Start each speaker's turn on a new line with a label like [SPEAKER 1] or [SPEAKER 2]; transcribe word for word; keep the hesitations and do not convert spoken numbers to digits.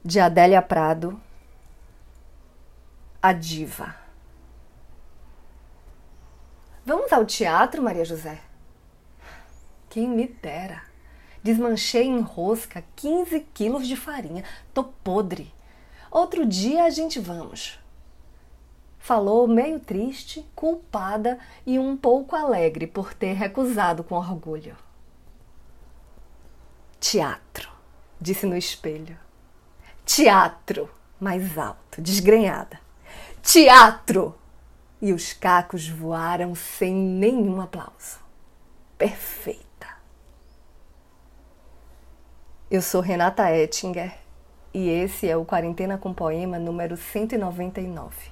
[SPEAKER 1] de Adélia Prado, a diva. Vamos ao teatro, Maria José? Quem me dera. Desmanchei em rosca quinze quilos de farinha. Tô podre. Outro dia a gente vamos. Falou meio triste, culpada e um pouco alegre por ter recusado com orgulho. Teatro, disse no espelho. Teatro, mais alto, desgrenhada. Teatro! E os cacos voaram sem nenhum aplauso. Perfeita. Eu sou Renata Ettinger e esse é o Quarentena com Poema número cento e noventa e nove.